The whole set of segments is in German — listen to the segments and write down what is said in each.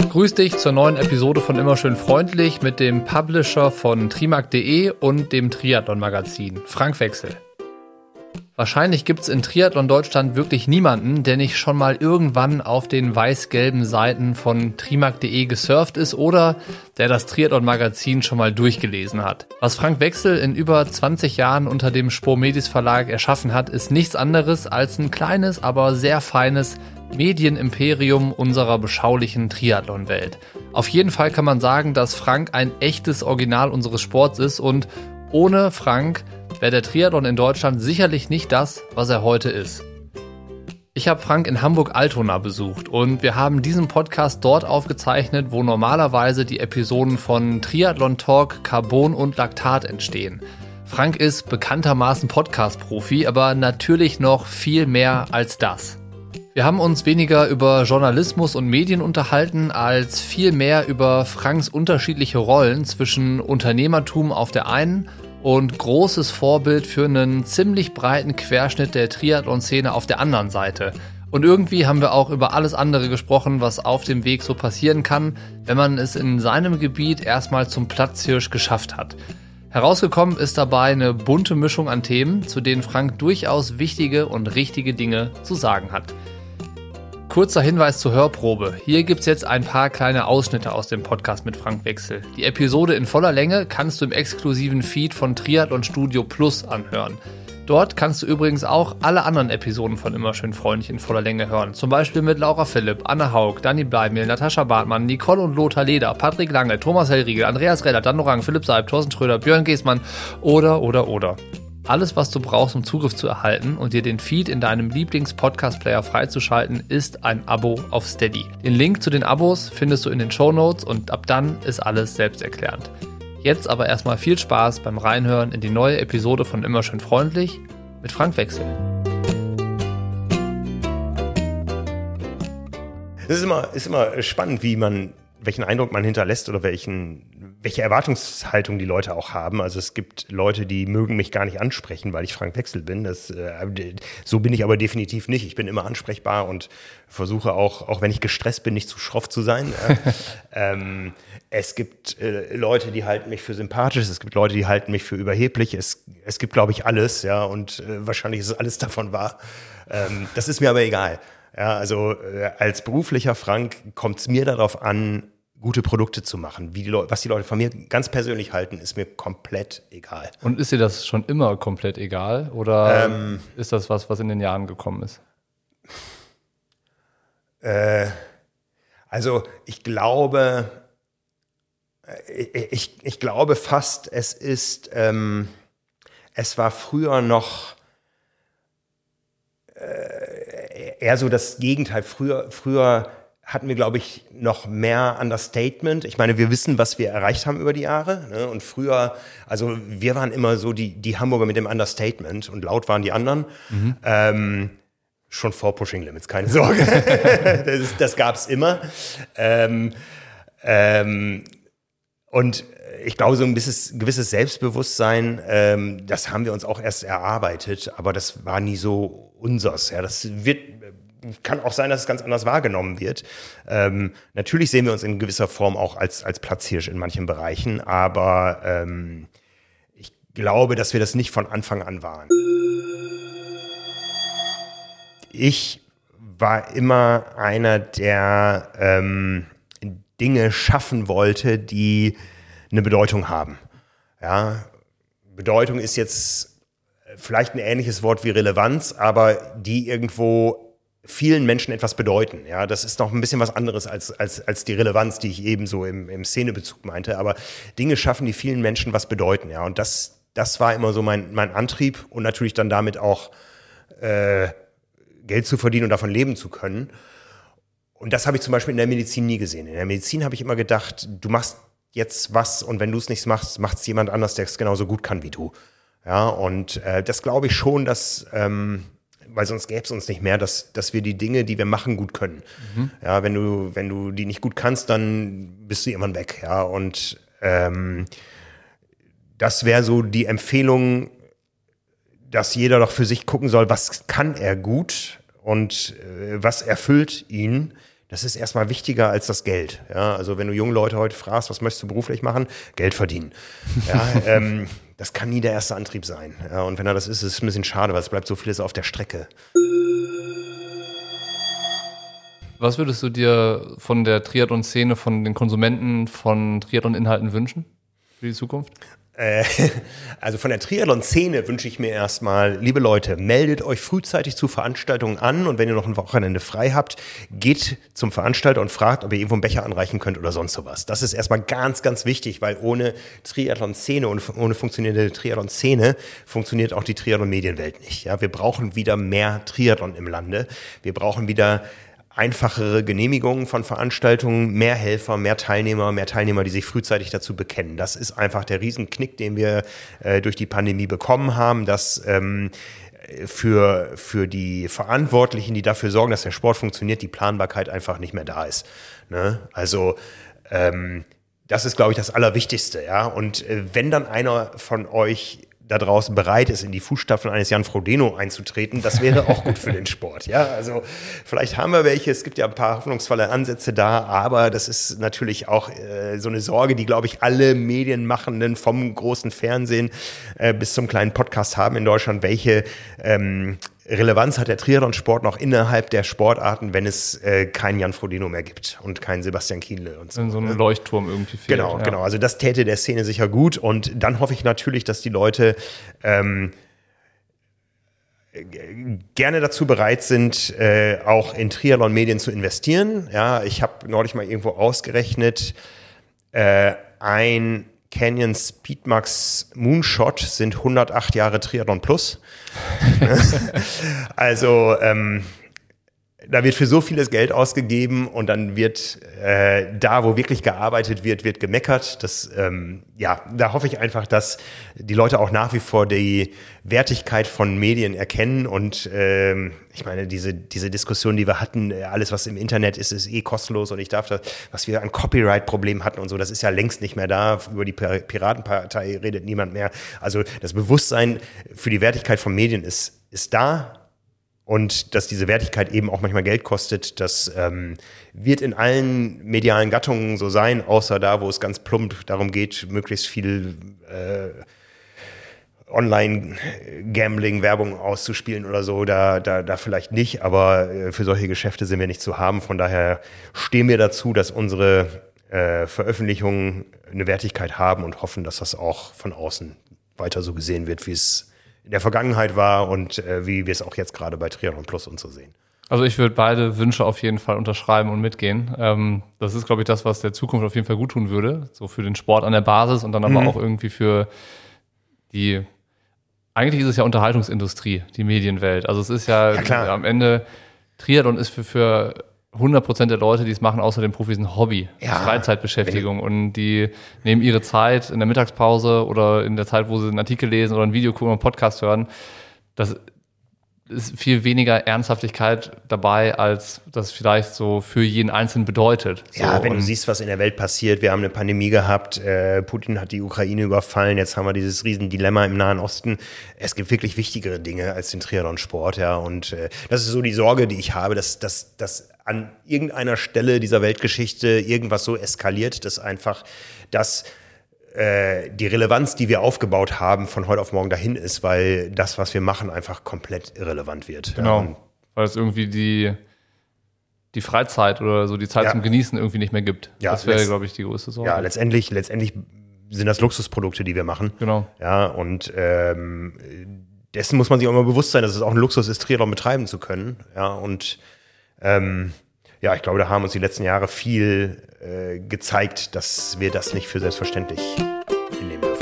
Grüß dich zur neuen Episode von Immer schön freundlich mit dem Publisher von trimark.de und dem Triathlon-Magazin, Frank Wechsel. Wahrscheinlich gibt's in Triathlon Deutschland wirklich niemanden, der nicht schon mal irgendwann auf den weiß-gelben Seiten von trimark.de gesurft ist oder der das Triathlon-Magazin schon mal durchgelesen hat. Was Frank Wechsel in über 20 Jahren unter dem Spor-Medis Verlag erschaffen hat, ist nichts anderes als ein kleines, aber sehr feines Medienimperium unserer beschaulichen Triathlon-Welt. Auf jeden Fall kann man sagen, dass Frank ein echtes Original unseres Sports ist und ohne Frank wäre der Triathlon in Deutschland sicherlich nicht das, was er heute ist. Ich habe Frank in Hamburg-Altona besucht und wir haben diesen Podcast dort aufgezeichnet, wo normalerweise die Episoden von Triathlon Talk, Carbon und Laktat entstehen. Frank ist bekanntermaßen Podcast-Profi, aber natürlich noch viel mehr als das. Wir haben uns weniger über Journalismus und Medien unterhalten, als viel mehr über Franks unterschiedliche Rollen zwischen Unternehmertum auf der einen und großes Vorbild für einen ziemlich breiten Querschnitt der Triathlon-Szene auf der anderen Seite. Und irgendwie haben wir auch über alles andere gesprochen, was auf dem Weg so passieren kann, wenn man es in seinem Gebiet erstmal zum Platzhirsch geschafft hat. Herausgekommen ist dabei eine bunte Mischung an Themen, zu denen Frank durchaus wichtige und richtige Dinge zu sagen hat. Kurzer Hinweis zur Hörprobe. Hier gibt's jetzt ein paar kleine Ausschnitte aus dem Podcast mit Frank Wechsel. Die Episode in voller Länge kannst du im exklusiven Feed von Triathlon Studio Plus anhören. Dort kannst du übrigens auch alle anderen Episoden von Immer schön freundlich in voller Länge hören. Zum Beispiel mit Laura Philipp, Anna Haug, Dani Bleimel, Natascha Bartmann, Nicole und Lothar Leder, Patrick Lange, Thomas Hellriegel, Andreas Reller, Dan Orang, Philipp Seib, Thorsten Schröder, Björn Geßmann oder. Alles, was du brauchst, um Zugriff zu erhalten und dir den Feed in deinem Lieblings-Podcast-Player freizuschalten, ist ein Abo auf Steady. Den Link zu den Abos findest du in den Shownotes und ab dann ist alles selbsterklärend. Jetzt aber erstmal viel Spaß beim Reinhören in die neue Episode von Immer schön freundlich mit Frank Wechsel. Es ist immer spannend, welchen Eindruck man hinterlässt oder welche Erwartungshaltung die Leute auch haben. Also es gibt Leute, die mögen mich gar nicht ansprechen, weil ich Frank Wechsel bin. So bin ich aber definitiv nicht. Ich bin immer ansprechbar und versuche auch wenn ich gestresst bin, nicht zu schroff zu sein. Es gibt Leute, die halten mich für sympathisch. Es gibt Leute, die halten mich für überheblich. Es gibt, glaube ich, alles. Ja, und wahrscheinlich ist alles davon wahr. Das ist mir aber egal. Ja, also als beruflicher Frank kommt es mir darauf an, gute Produkte zu machen. Was die Leute von mir ganz persönlich halten, ist mir komplett egal. Und ist dir das schon immer komplett egal? Oder ist das was in den Jahren gekommen ist? Also ich glaube fast, es war früher noch eher so das Gegenteil. Früher hatten wir, glaube ich, noch mehr Understatement. Ich meine, wir wissen, was wir erreicht haben über die Jahre. Ne? Und früher, also wir waren immer so die Hamburger mit dem Understatement und laut waren die anderen. Schon vor Pushing Limits, keine Sorge. das gab's immer. Und ich glaube, so ein gewisses Selbstbewusstsein, das haben wir uns auch erst erarbeitet, aber das war nie so unsers. Ja, kann auch sein, dass es ganz anders wahrgenommen wird. Natürlich sehen wir uns in gewisser Form auch als Platzhirsch in manchen Bereichen, aber ich glaube, dass wir das nicht von Anfang an waren. Ich war immer einer, der Dinge schaffen wollte, die eine Bedeutung haben. Ja, Bedeutung ist jetzt vielleicht ein ähnliches Wort wie Relevanz, aber die irgendwo vielen Menschen etwas bedeuten. Ja, das ist noch ein bisschen was anderes als die Relevanz, die ich eben so im Szenebezug meinte. Aber Dinge schaffen, die vielen Menschen was bedeuten. Ja, und das war immer so mein Antrieb und natürlich dann damit auch Geld zu verdienen und davon leben zu können. Und das habe ich zum Beispiel in der Medizin nie gesehen. In der Medizin habe ich immer gedacht, du machst jetzt was und wenn du es nicht machst, macht es jemand anders, der es genauso gut kann wie du. Ja, und das glaube ich schon, dass weil sonst gäbe es uns nicht mehr, dass wir die Dinge, die wir machen, gut können. Ja, wenn du die nicht gut kannst, dann bist du irgendwann weg. Ja, und das wäre so die Empfehlung, dass jeder doch für sich gucken soll, was kann er gut und was erfüllt ihn, Das ist erstmal wichtiger als das Geld. Ja, also wenn du junge Leute heute fragst, was möchtest du beruflich machen? Geld verdienen. Ja, das kann nie der erste Antrieb sein. Ja, und wenn er das ist es ein bisschen schade, weil es bleibt so vieles auf der Strecke. Was würdest du dir von der Triathlon-Szene, von den Konsumenten von Triathlon-Inhalten wünschen für die Zukunft? Also von der Triathlon-Szene wünsche ich mir erstmal, liebe Leute, meldet euch frühzeitig zu Veranstaltungen an und wenn ihr noch ein Wochenende frei habt, geht zum Veranstalter und fragt, ob ihr irgendwo einen Becher anreichen könnt oder sonst sowas. Das ist erstmal ganz, ganz wichtig, weil ohne Triathlon-Szene und ohne funktionierende Triathlon-Szene funktioniert auch die Triathlon-Medienwelt nicht. Ja, wir brauchen wieder mehr Triathlon im Lande. Wir brauchen wieder einfachere Genehmigungen von Veranstaltungen, mehr Helfer, mehr Teilnehmer, die sich frühzeitig dazu bekennen. Das ist einfach der Riesenknick, den wir durch die Pandemie bekommen haben, dass für die Verantwortlichen, die dafür sorgen, dass der Sport funktioniert, die Planbarkeit einfach nicht mehr da ist. Ne? Also das ist, glaube ich, das Allerwichtigste. Ja? Und wenn dann einer von euch da draußen bereit ist, in die Fußstapfen eines Jan Frodeno einzutreten, das wäre auch gut für den Sport. Ja, also vielleicht haben wir welche, es gibt ja ein paar hoffnungsvolle Ansätze da, aber das ist natürlich auch so eine Sorge, die, glaube ich, alle Medienmachenden vom großen Fernsehen bis zum kleinen Podcast haben in Deutschland. Welche Relevanz hat der Triathlon-Sport noch innerhalb der Sportarten, wenn es keinen Jan Frodeno mehr gibt und keinen Sebastian Kienle und so. Wenn so ein Leuchtturm irgendwie fehlt. Genau. Also das täte der Szene sicher gut und dann hoffe ich natürlich, dass die Leute gerne dazu bereit sind, auch in Triathlon-Medien zu investieren. Ja, ich habe neulich mal irgendwo ausgerechnet, ein Canyon Speedmax Moonshot sind 108 Jahre Triathlon plus. Also da wird für so vieles Geld ausgegeben und dann wird da, wo wirklich gearbeitet wird gemeckert. Das, da hoffe ich einfach, dass die Leute auch nach wie vor die Wertigkeit von Medien erkennen und ich meine, diese Diskussion, die wir hatten, alles, was im Internet ist, ist eh kostenlos und ich darf das, was wir an Copyright-Problemen hatten und so, das ist ja längst nicht mehr da. Über die Piratenpartei redet niemand mehr. Also das Bewusstsein für die Wertigkeit von Medien ist da. Und dass diese Wertigkeit eben auch manchmal Geld kostet, das wird in allen medialen Gattungen so sein, außer da, wo es ganz plump darum geht, möglichst viel Online-Gambling-Werbung auszuspielen oder so, da vielleicht nicht, aber für solche Geschäfte sind wir nicht zu haben. Von daher stehen wir dazu, dass unsere Veröffentlichungen eine Wertigkeit haben und hoffen, dass das auch von außen weiter so gesehen wird, wie es in der Vergangenheit war und wie wir es auch jetzt gerade bei Triathlon Plus und so sehen. Also ich würde beide Wünsche auf jeden Fall unterschreiben und mitgehen. Das ist, glaube ich, das, was der Zukunft auf jeden Fall gut tun würde. So für den Sport an der Basis und dann aber auch irgendwie für die, eigentlich ist es ja Unterhaltungsindustrie, die Medienwelt. Also es ist ja am Ende, Triathlon ist für 100% der Leute, die es machen, außer den Profis, ein Hobby, Freizeitbeschäftigung. Und die nehmen ihre Zeit in der Mittagspause oder in der Zeit, wo sie einen Artikel lesen oder ein Video gucken oder einen Podcast hören. Das ist viel weniger Ernsthaftigkeit dabei, als das vielleicht so für jeden Einzelnen bedeutet. So, ja, wenn du siehst, was in der Welt passiert, wir haben eine Pandemie gehabt, Putin hat die Ukraine überfallen, jetzt haben wir dieses Riesendilemma im Nahen Osten. Es gibt wirklich wichtigere Dinge als den Triathlon-Sport, ja, und das ist so die Sorge, die ich habe, dass an irgendeiner Stelle dieser Weltgeschichte irgendwas so eskaliert, dass einfach die Relevanz, die wir aufgebaut haben, von heute auf morgen dahin ist, weil das, was wir machen, einfach komplett irrelevant wird. Genau, ja, weil es irgendwie die Freizeit oder so die Zeit zum Genießen irgendwie nicht mehr gibt. Ja, das wäre, glaube ich, die größte Sorge. Ja, letztendlich sind das Luxusprodukte, die wir machen. Genau. Ja, und dessen muss man sich auch immer bewusst sein, dass es auch ein Luxus ist, Triathlon betreiben zu können. Ja, und ich glaube, da haben uns die letzten Jahre viel gezeigt, dass wir das nicht für selbstverständlich hinnehmen dürfen.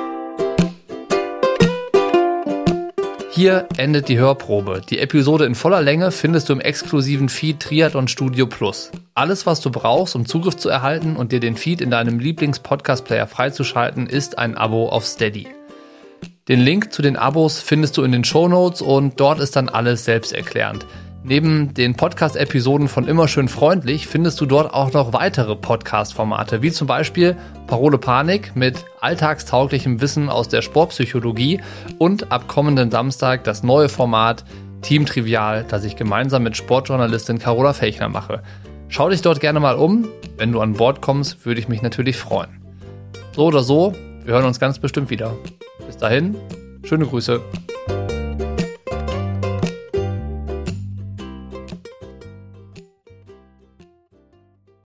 Hier endet die Hörprobe. Die Episode in voller Länge findest du im exklusiven Feed Triathlon Studio Plus. Alles, was du brauchst, um Zugriff zu erhalten und dir den Feed in deinem Lieblings-Podcast-Player freizuschalten, ist ein Abo auf Steady. Den Link zu den Abos findest du in den Shownotes und dort ist dann alles selbsterklärend. Neben den Podcast-Episoden von Immer schön freundlich findest du dort auch noch weitere Podcast-Formate, wie zum Beispiel Parole Panik mit alltagstauglichem Wissen aus der Sportpsychologie und ab kommenden Samstag das neue Format Team Trivial, das ich gemeinsam mit Sportjournalistin Carola Fechner mache. Schau dich dort gerne mal um. Wenn du an Bord kommst, würde ich mich natürlich freuen. So oder so, wir hören uns ganz bestimmt wieder. Bis dahin, schöne Grüße.